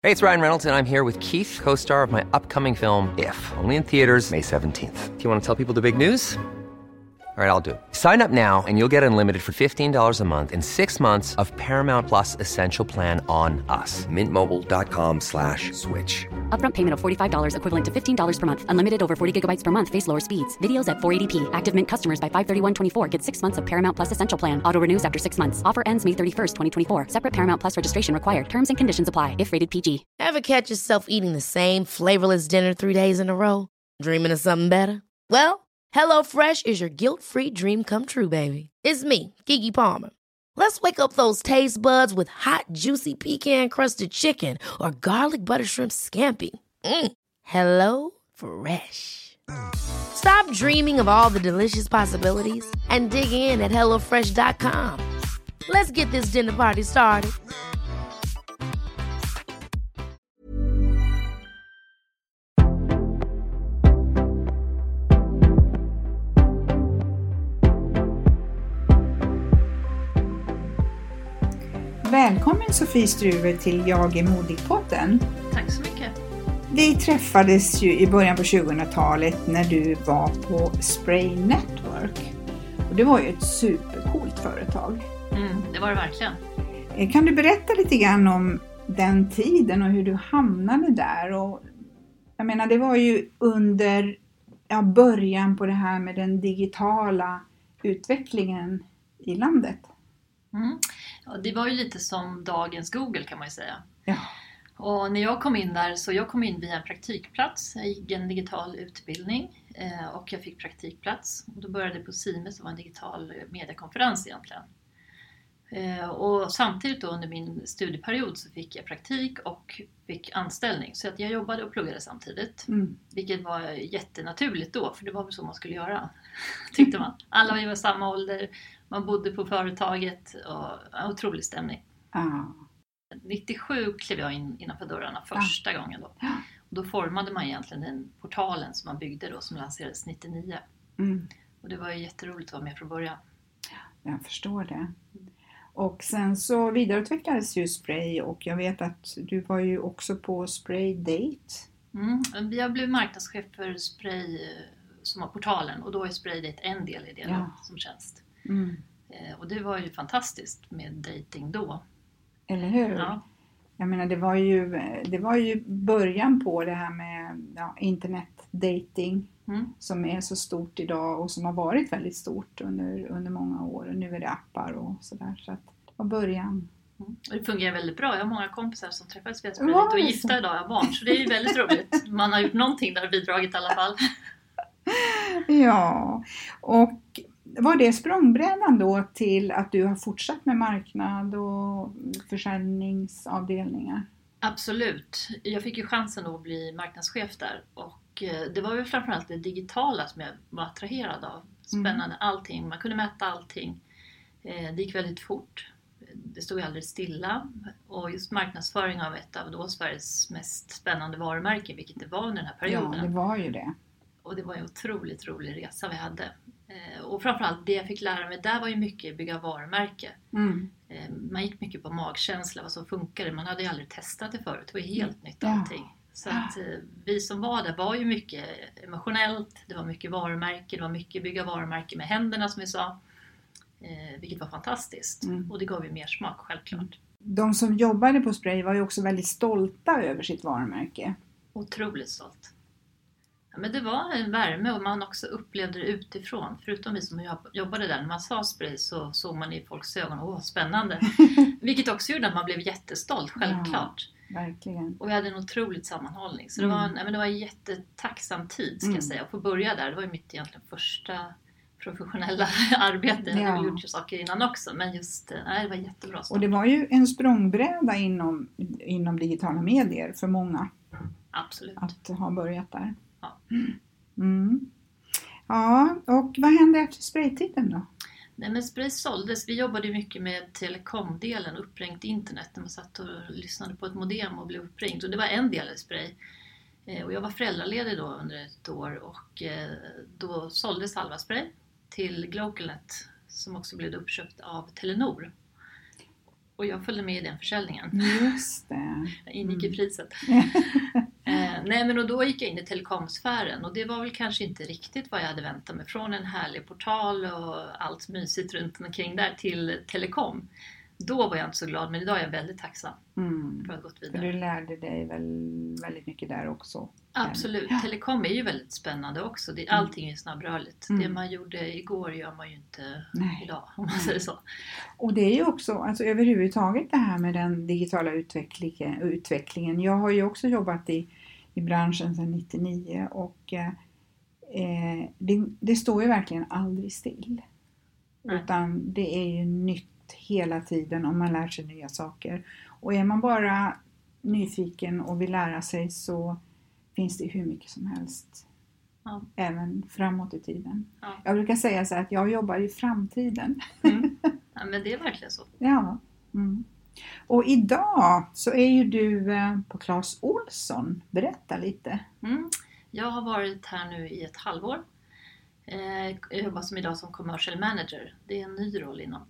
Hey, it's Ryan Reynolds, and I'm here with Keith, co-star of my upcoming film, If, only in theaters May 17th. Do you want to tell people the big news? All right, I'll do it. Sign up now and you'll get unlimited for $15 a month and 6 months of Paramount Plus Essential Plan on us. MintMobile.com/switch. Upfront payment of $45 equivalent to $15 per month. Unlimited over 40 gigabytes per month. Face lower speeds. Videos at 480p. Active Mint customers by 531.24 get 6 months of Paramount Plus Essential Plan. Auto renews after 6 months. Offer ends May 31st, 2024. Separate Paramount Plus registration required. Terms and conditions apply if rated PG. Ever catch yourself eating the same flavorless dinner 3 days in a row? Dreaming of something better? Well, HelloFresh is your guilt-free dream come true, baby. It's me, Keke Palmer. Let's wake up those taste buds with hot, juicy pecan-crusted chicken or garlic butter shrimp scampi. Hello Fresh. Stop dreaming of all the delicious possibilities and dig in at HelloFresh.com. Let's get this dinner party started. Välkommen Sofie Struve till Jag är modig-podden. Tack så mycket. Vi träffades ju i början på 2000-talet när du var på Spray Network. Och det var ju ett supercoolt företag. Det var det verkligen. Kan du berätta lite grann om den tiden och hur du hamnade där? Och, jag menar, det var ju under början på det här med den digitala utvecklingen i landet. Ja, det var ju lite som dagens Google kan man ju säga. Ja. Och när jag kom in där, så jag kom in via en praktikplats. Jag gick en digital utbildning och jag fick praktikplats. Och då började jag på Siemens, som var en digital mediekonferens egentligen. Och samtidigt då under min studieperiod så fick jag praktik och fick anställning. Så att jag jobbade och pluggade samtidigt. Vilket var jättenaturligt då, för det var väl så man skulle göra, tyckte man. Alla var i samma ålder, man bodde på företaget och en otrolig stämning. 97 klev jag in innanför dörrarna första gången då. Och då formade man egentligen den portalen som man byggde då, som lanserades 99. Och det var ju jätteroligt att vara med från början. Jag förstår det. Och sen så vidareutvecklades ju Spray, och jag vet att du var ju också på Spray Date. Jag blev marknadschef för Spray som var portalen, och då är Spray Date en del i det då, som tjänst. Och det var ju fantastiskt med dating då. Eller hur? Ja. Jag menar, det var ju början på det här med internetdating som är så stort idag och som har varit väldigt stort under många år. Och nu är det appar och sådär, så att det var början. Och det fungerar väldigt bra. Jag har många kompisar som träffades via Spray Date och gifta idag, har barn. Så det är ju väldigt roligt. Man har gjort någonting där och bidragit i alla fall. Ja, och var det språngbrädan då till att du har fortsatt med marknad och försäljningsavdelningar? Absolut. Jag fick ju chansen att bli marknadschef där, och det var väl framförallt det digitala som jag var attraherad av. Spännande, allting. Man kunde mäta allting. Det gick väldigt fort. Det stod aldrig stilla. Och just marknadsföring av ett av då Sveriges mest spännande varumärken, vilket det var under den här perioden. Ja, det var ju det. Och det var en otroligt rolig resa vi hade. Och framförallt det jag fick lära mig där var ju mycket bygga varumärke. Man gick mycket på magkänsla, vad som funkade. Man hade ju aldrig testat det förut. Det var helt nytt allting. Så att vi som var där var ju mycket emotionellt. Det var mycket varumärke. Det var mycket bygga varumärke med händerna, som vi sa. Vilket var fantastiskt. Och det gav ju mer smak, självklart. De som jobbade på Spray var ju också väldigt stolta över sitt varumärke. Otroligt stolt. Ja, men det var en värme, och man också upplevde det utifrån. Förutom vi som jobbade där. När man sa Spray så såg man i folks ögon, spännande. Vilket också gjorde att man blev jättestolt, självklart. Ja, verkligen. Och vi hade en otrolig sammanhållning. Så det var en jättetacksam tid, ska jag säga. Att få börja där, det var ju mitt egentligen första professionella arbete. Jag har gjort saker innan också, men just det var jättebra start. Och det var ju en språngbräda inom digitala medier för många. Absolut. Att ha börjat där. Ja. Ja, och vad hände efter Spray-tiden då? Nej, men Spray såldes. Vi jobbade mycket med telekomdelen, uppringt internet, när man satt och lyssnade på ett modem och blev uppringd. Och det var en del i Spray. Och jag var föräldraledig då under ett år, och då såldes halva Spray till Glocalnet, som också blev uppköpt av Telenor. Och jag följde med i den försäljningen. Just det. Jag ingick i priset. Nej, men och då gick jag in i telekomsfären och det var väl kanske inte riktigt vad jag hade väntat mig. Från en härlig portal och allt mysigt runt omkring där till telekom. Då var jag inte så glad, men idag är jag väldigt tacksam för att ha gått vidare. För du lärde dig väl väldigt mycket där också? Absolut. Ja. Telekom är ju väldigt spännande också. Allting är snabbrörligt. Det man gjorde igår gör man ju inte idag, om man säger så. Och det är ju också, alltså överhuvudtaget det här med den digitala utvecklingen. Jag har ju också jobbat i branschen sedan 99 och det står ju verkligen aldrig still. Utan det är ju nytt hela tiden om man lär sig nya saker. Och är man bara nyfiken och vill lära sig så finns det hur mycket som helst. Ja. Även framåt i tiden. Ja. Jag brukar säga så här att jag jobbar i framtiden. Ja, men det är verkligen så. Ja. Och idag så är ju du på Clas Ohlson. Berätta lite. Jag har varit här nu i ett halvår. Jag jobbar som idag som commercial manager. Det är en ny roll inom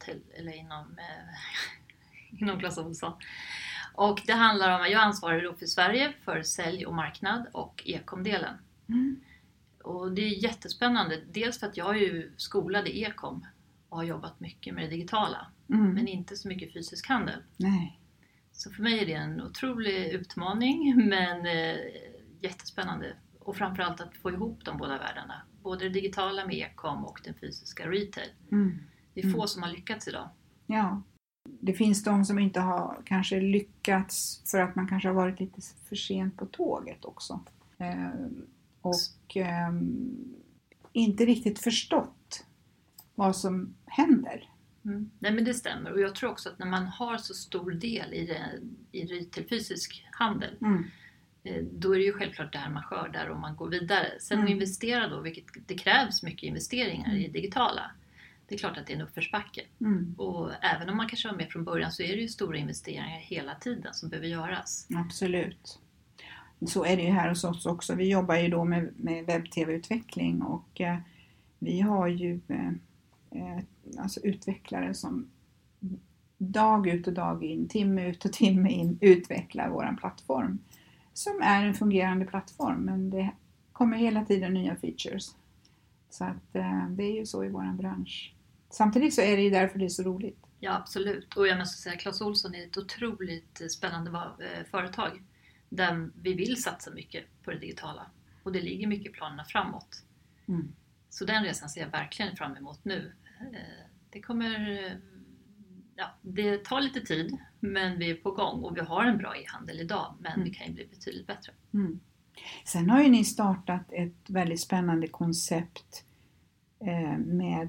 Clas Ohlson. Och det handlar om att jag ansvarar då för Sverige för sälj och marknad och e-com-delen. Och det är jättespännande. Dels för att jag är ju skolad i e-com och har jobbat mycket med det digitala. Men inte så mycket fysisk handel. Nej. Så för mig är det en otrolig utmaning men jättespännande. Och framförallt att få ihop de båda världarna. Både det digitala med e-com och den fysiska retail. Det är få som har lyckats idag. Ja. Det finns de som inte har kanske lyckats för att man kanske har varit lite för sent på tåget också. Och inte riktigt förstått vad som händer. Nej, men det stämmer. Och jag tror också att när man har så stor del i retail fysisk handel. Då är det ju självklart där man skördar och man går vidare. Sen investera då, vilket det krävs mycket investeringar i digitala. Det är klart att det är en uppförsbacke. Och även om man kanske var med från början så är det ju stora investeringar hela tiden som behöver göras. Absolut. Så är det ju här hos oss också. Vi jobbar ju då med webb-tv-utveckling och vi har ju alltså utvecklare som dag ut och dag in, timme ut och timme in utvecklar våran plattform. Som är en fungerande plattform men det kommer hela tiden nya features. Så att det är ju så i våran bransch. Samtidigt så är det ju därför det är så roligt. Ja, absolut. Och jag måste säga Clas Ohlson är ett otroligt spännande företag. Där vi vill satsa mycket på det digitala. Och det ligger mycket i planerna framåt. Så den resan ser jag verkligen fram emot nu. Det kommer... Ja, det tar lite tid, men vi är på gång och vi har en bra e-handel idag, men vi kan ju bli betydligt bättre. Sen har ju ni startat ett väldigt spännande koncept med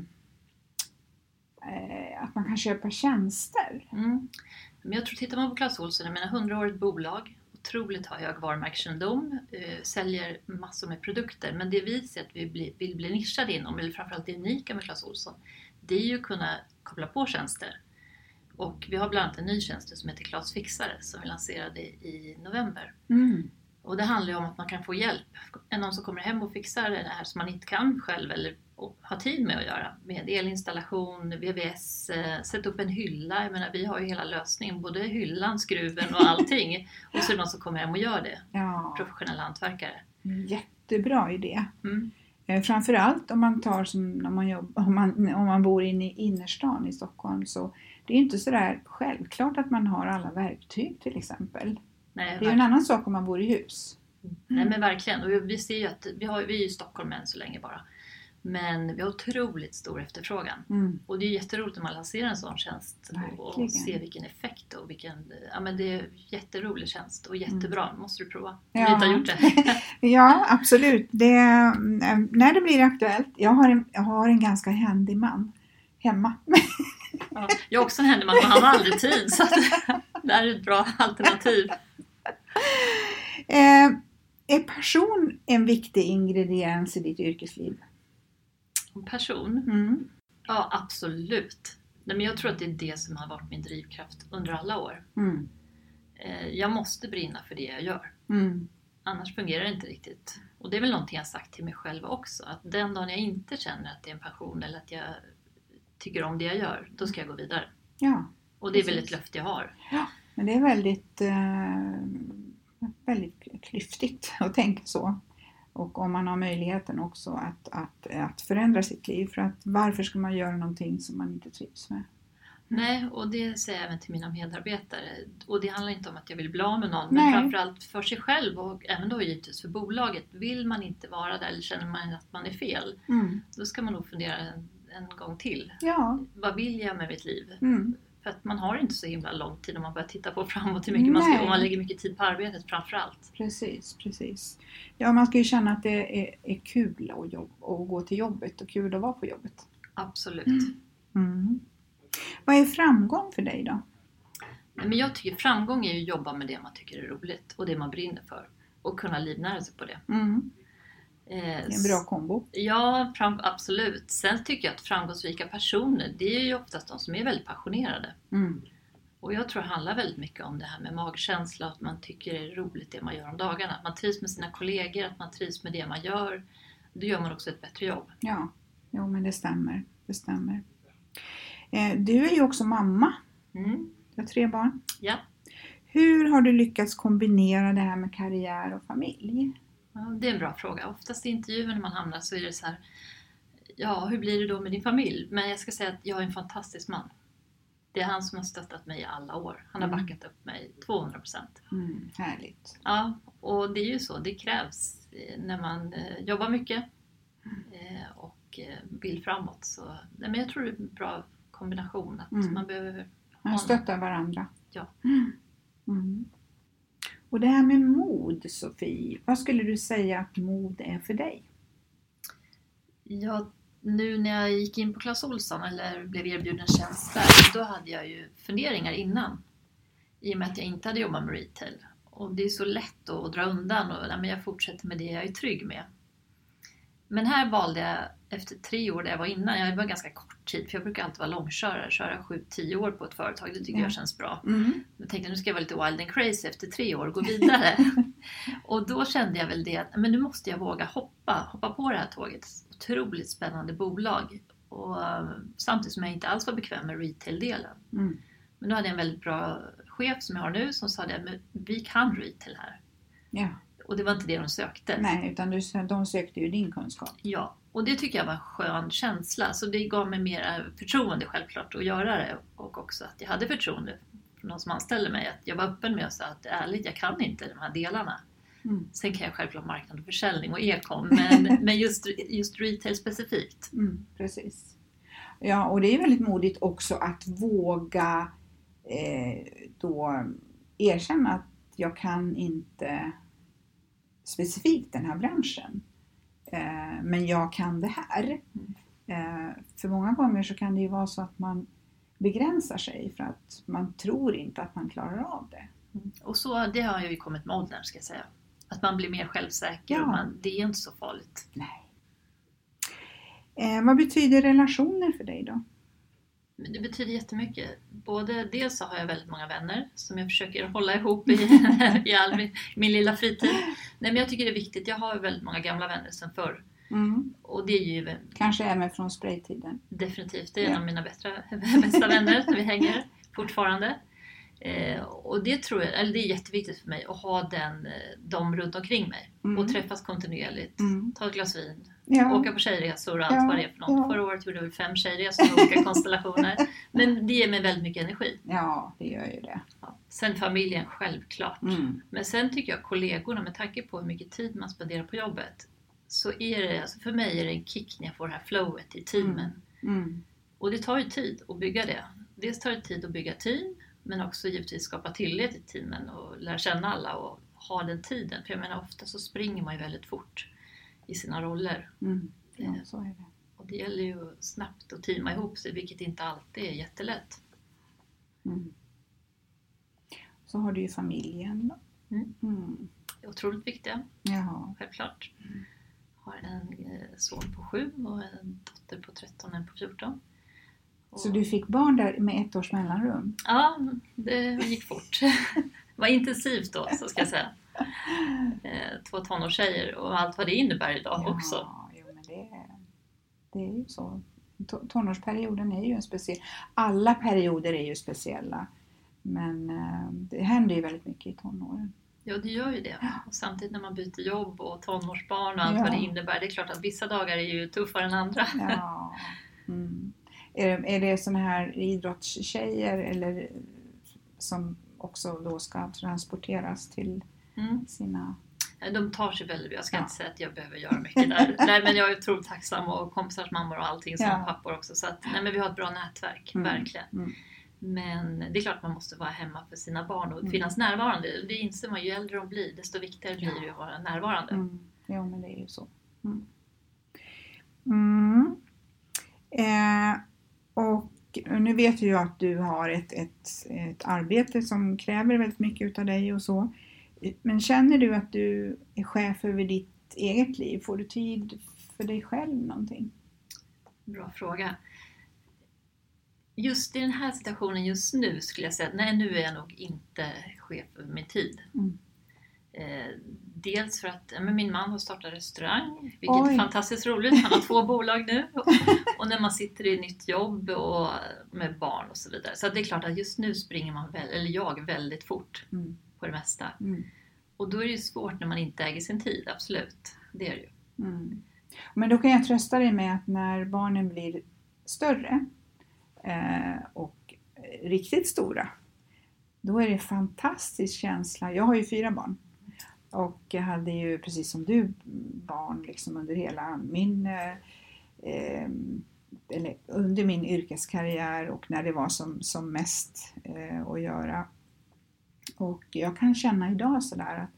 att man kan köpa tjänster. Men jag tror, tittar man på Clas Ohlson, jag menar 100-årigt bolag, otroligt hög varumärkeskännedom, säljer massor med produkter, men det vi ser att vi vill bli nischade inom, eller framförallt det unika med Clas Ohlson, det är ju att kunna koppla på tjänster. Och vi har bland annat en ny tjänst som heter Clas Fixare som vi lanserade i november. Och det handlar ju om att man kan få hjälp. Någon som kommer hem och fixar det här som man inte kan själv eller har tid med att göra. Med elinstallation, VVS, sätta upp en hylla. Jag menar, vi har ju hela lösningen, både hyllan, skruven och allting. Och så är det någon som kommer hem och gör det. Ja. Professionella hantverkare. Jättebra idé. Framförallt om man tar som när om man bor inne i innerstan i Stockholm, så det är inte så där självklart att man har alla verktyg till exempel. Nej, det är ju en annan sak om man bor i hus. Nej, men verkligen. Och vi ser ju att vi är i Stockholm än så länge bara. Men vi har otroligt stor efterfrågan. Och det är jätteroligt när man lanserar en sån tjänst. Och ser vilken effekt och men det är jätterolig tjänst och jättebra. Måste du prova. Du har gjort det. Ja, absolut. När det blir aktuellt. Jag har en ganska händig man hemma. Ja, jag är också en händig man, men han har aldrig tid. Så det här är ett bra alternativ. Är passion en viktig ingrediens i ditt yrkesliv? Passion? Ja, absolut. Nej, men jag tror att det är det som har varit min drivkraft under alla år. Jag måste brinna för det jag gör. Annars fungerar det inte riktigt. Och det är väl någonting jag sagt till mig själv också. Att den dagen jag inte känner att det är en passion eller att jag tycker om det jag gör, då ska jag gå vidare. Ja. Och det är väl ett löfte jag har. Ja, men det är väldigt klyftigt att tänka så. Och om man har möjligheten också att förändra sitt liv. För att varför ska man göra någonting som man inte trivs med? Nej, och det säger jag även till mina medarbetare. Och det handlar inte om att jag vill bli av med någon. Nej. Men framförallt för sig själv och även då givetvis för bolaget. Vill man inte vara där eller känner man att man är fel. Då ska man nog fundera en gång till. Ja. Vad vill jag med mitt liv? För att man har inte så himla lång tid om man börjar titta på framåt hur mycket man ska, om man lägger mycket tid på arbetet framförallt. Precis. Ja, man ska ju känna att det är kul att gå till jobbet och kul att vara på jobbet. Absolut. Vad är framgång för dig då? Men jag tycker framgång är ju att jobba med det man tycker är roligt och det man brinner för. Och kunna livnära sig på det. Det är en bra kombo. Ja, absolut. Sen tycker jag att framgångsrika personer, det är ju oftast de som är väldigt passionerade. Och jag tror det handlar väldigt mycket om det här med magkänsla, att man tycker det är roligt det man gör om dagarna. Att man trivs med sina kollegor, att man trivs med det man gör. Då gör man också ett bättre jobb. Ja, jo, men det stämmer. Du är ju också mamma. Du har 3 barn. Ja. Hur har du lyckats kombinera det här med karriär och familj? Ja, det är en bra fråga. Oftast i intervjuer när man hamnar så är det så här, ja, hur blir det då med din familj? Men jag ska säga att jag är en fantastisk man. Det är han som har stöttat mig i alla år. Han har backat upp mig 200%. Härligt. Ja, och det är ju så. Det krävs när man jobbar mycket och vill framåt. Så, men jag tror det är en bra kombination. Att man behöver stötta varandra. Ja. Och det här med mod, Sofie. Vad skulle du säga att mod är för dig? Ja, nu när jag gick in på Clas Ohlson eller blev erbjuden tjänst där, då hade jag ju funderingar innan. I och med att jag inte hade jobbat med retail. Och det är så lätt att dra undan och men jag fortsätter med det jag är trygg med. Men här valde jag efter 3 år där jag var innan, jag var ganska kort tid, för jag brukar alltid vara långkörare, köra 7-10 år på ett företag, det tycker jag känns bra. Jag tänkte nu ska jag vara lite wild and crazy efter 3 år och gå vidare. Och då kände jag väl det att men nu måste jag våga hoppa på det här tåget. Otroligt spännande bolag. Och samtidigt som jag inte alls var bekväm med retail-delen. Men då hade jag en väldigt bra chef som jag har nu som sa det, men vi kan retail här. Ja. Och det var inte det de sökte. Nej, utan de sökte ju din kunskap. Ja, och det tycker jag var en skön känsla. Så det gav mig mer förtroende självklart att göra det. Och också att jag hade förtroende från de som anställde mig. Att jag var öppen med och sa att ärligt, jag kan inte de här delarna. Sen kan jag självklart marknad och försäljning och e-com. Men just retail specifikt. Precis. Ja, och det är väldigt modigt också att våga då erkänna att jag kan inte specifikt den här branschen. Men jag kan det här. För många gånger så kan det ju vara så att man begränsar sig för att man tror inte att man klarar av det. Och så, det har ju kommit med åldern ska jag säga. Att man blir mer självsäker och det är inte så farligt. Nej. Vad betyder relationer för dig då? Det betyder jättemycket. Dels så har jag väldigt många vänner som jag försöker hålla ihop i min lilla fritid. Nej, men jag tycker det är viktigt. Jag har väldigt många gamla vänner sedan förr. Och det är ju kanske även från spraytiden. Definitivt. Det är en av mina bästa vänner. Vi hänger fortfarande. Och det tror jag, eller det är jätteviktigt för mig att ha dem runt omkring mig. Och träffas kontinuerligt. Ta ett glas vin. Åka på tjejresor och allt vad det är för något. Förra året gjorde vi 5 tjejresor och olika konstellationer. Men det ger mig väldigt mycket energi. Ja, det gör ju det. Ja. Sen familjen, självklart. Men sen tycker jag kollegorna, med tanke på hur mycket tid man spenderar på jobbet, så är det, alltså för mig är det en kick när jag får det här flowet i teamen. Och det tar ju tid att bygga det. Dels tar det tid att bygga team, men också givetvis skapa tillit i teamen och lära känna alla och ha den tiden. För jag menar, ofta så springer man ju väldigt fort i sina roller. Ja, så är det. Och det gäller ju snabbt att teama ihop sig, vilket inte alltid är jättelätt. Så har du ju familjen då. Det är otroligt viktiga. Jaha. Självklart. Har en son på 7 och en dotter på 13 och en på 14. Så du fick barn där med 1 års mellanrum? Ja, det gick fort. Det var intensivt då, så ska jag säga. 2 tonårstjejer och allt vad det innebär idag också. Jo, men det är ju så. tonårsperioden är ju en speciell. Alla perioder är ju speciella. Men det händer ju väldigt mycket i tonåren. Ja, det gör ju det. Och samtidigt när man byter jobb och tonårsbarn och allt vad det innebär. Det är klart att vissa dagar är ju tuffare än andra. Ja. Är det såna här idrottstjejer eller som också då ska transporteras till sina... De tar sig väldigt, jag ska inte säga att jag behöver göra mycket där. Nej, men jag är otroligt tacksam och kompisars mammor och allting som pappor också. Så att, men vi har ett bra nätverk, verkligen. Men det är klart att man måste vara hemma för sina barn och finnas närvarande. Det inser man ju äldre de blir, desto viktigare blir det att vara närvarande. Ja, men det är ju så. Och nu vet jag ju att du har ett arbete som kräver väldigt mycket av dig och så. Men känner du att du är chef över ditt eget liv? Får du tid för dig själv någonting? Bra fråga. Just i den här situationen just nu skulle jag säga att nej, nu är jag nog inte chef över min tid. Dels för att min man har startat restaurang, vilket är fantastiskt roligt. Han har 2 bolag nu och när man sitter i nytt jobb och med barn och så vidare. Så det är klart att just nu springer jag väldigt fort på det mesta. Och då är det ju svårt när man inte äger sin tid, absolut. Det är det ju. Men då kan jag trösta dig med att när barnen blir större och riktigt stora, då är det en fantastisk känsla. Jag har ju 4 barn. Och jag hade ju precis som du barn liksom under hela min eller under min yrkeskarriär och när det var som mest att göra. Och jag kan känna idag sådär att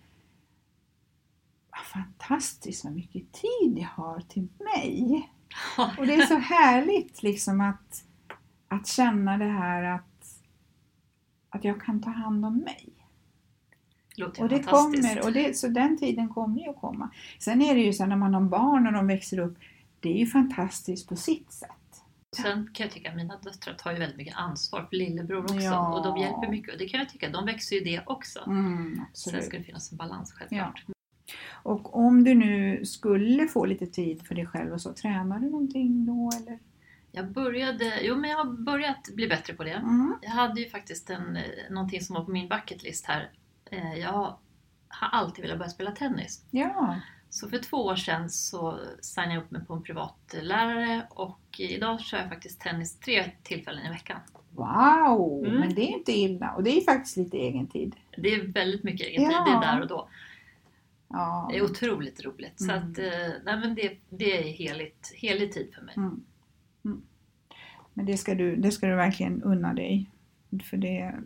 fantastiskt vad mycket tid jag har till mig. Och det är så härligt liksom att känna det här att jag kan ta hand om mig. Och det kommer, så den tiden kommer ju att komma. Sen är det ju så när man har barn och de växer upp, det är ju fantastiskt på sitt sätt. Sen kan jag tycka att mina döttrar tar ju väldigt mycket ansvar för lillebror också. Och de hjälper mycket. Och det kan jag tycka, de växer ju det också. Sen ska det finnas en balans självklart. Ja. Och om du nu skulle få lite tid för dig själv och så, tränar du någonting då eller? Jag har börjat bli bättre på det. Jag hade ju faktiskt någonting som var på min bucketlist här. Jag har alltid velat börja spela tennis. Ja. Så för 2 år sedan så signade jag upp mig på en privat lärare och idag kör jag faktiskt tennis 3 tillfällen i veckan. Wow, men det är inte illa och det är faktiskt lite egen tid. Det är väldigt mycket egen tid, det är där och då. Ja. Det är otroligt roligt. Så att, det är helig tid för mig. Men det ska du verkligen unna dig. För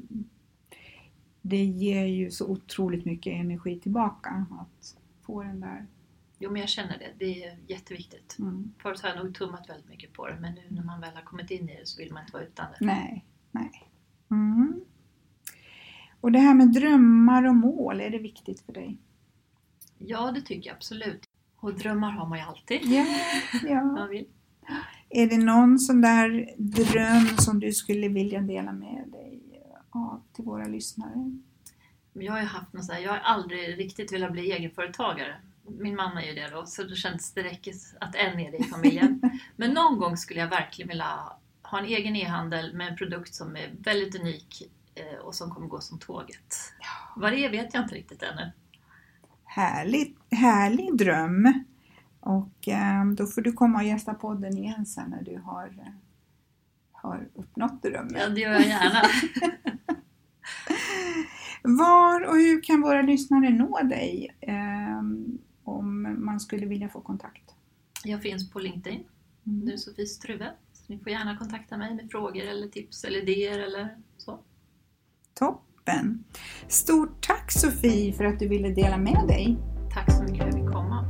det ger ju så otroligt mycket energi tillbaka att få den där. Jo, men jag känner det. Det är jätteviktigt. Förut har jag nog tummat väldigt mycket på det. Men nu när man väl har kommit in i det så vill man inte vara utan det. Nej. Och det här med drömmar och mål, är det viktigt för dig? Ja, det tycker jag absolut. Och drömmar har man ju alltid. Ja. Man vill. Är det någon sån där dröm som du skulle vilja dela med dig till våra lyssnare? Jag har aldrig riktigt velat bli egenföretagare. Min mamma är ju det då, så det känns det räcker att en är det i familjen. Men någon gång skulle jag verkligen vilja ha en egen e-handel med en produkt som är väldigt unik och som kommer gå som tåget. Vad det är vet jag inte riktigt ännu. Härlig dröm. Och då får du komma och gästa podden igen sen när du har uppnått drömmen. Ja, det gör jag gärna. Var och hur kan våra lyssnare nå dig om man skulle vilja få kontakt? Jag finns på LinkedIn. Det är Sofie Struve. Så ni får gärna kontakta mig med frågor eller tips eller idéer eller så. Toppen! Stort tack Sofie för att du ville dela med dig. Tack så mycket för att jag fick komma.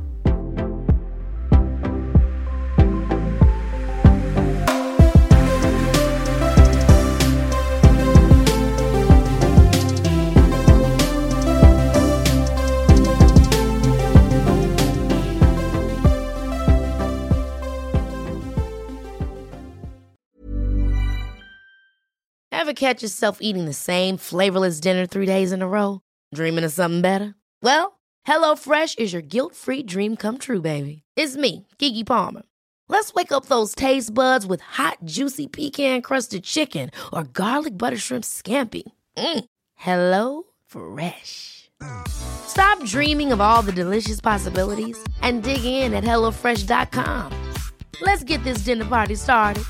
Ever catch yourself eating the same flavorless dinner 3 days in a row? Dreaming of something better? Well, HelloFresh is your guilt-free dream come true, baby. It's me, Keke Palmer. Let's wake up those taste buds with hot, juicy pecan-crusted chicken or garlic butter shrimp scampi. Hello Fresh. Stop dreaming of all the delicious possibilities and dig in at HelloFresh.com. Let's get this dinner party started.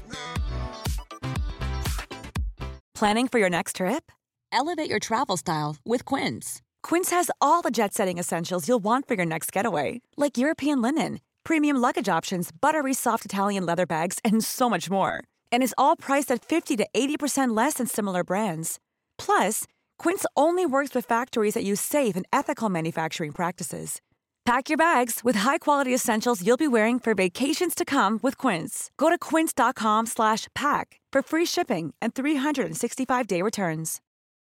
Planning for your next trip? Elevate your travel style with Quince. Quince has all the jet-setting essentials you'll want for your next getaway, like European linen, premium luggage options, buttery soft Italian leather bags, and so much more. And is all priced at 50 to 80% less than similar brands. Plus, Quince only works with factories that use safe and ethical manufacturing practices. Pack your bags with high-quality essentials you'll be wearing for vacations to come with Quince. Go to quince.com/pack for free shipping and 365-day returns.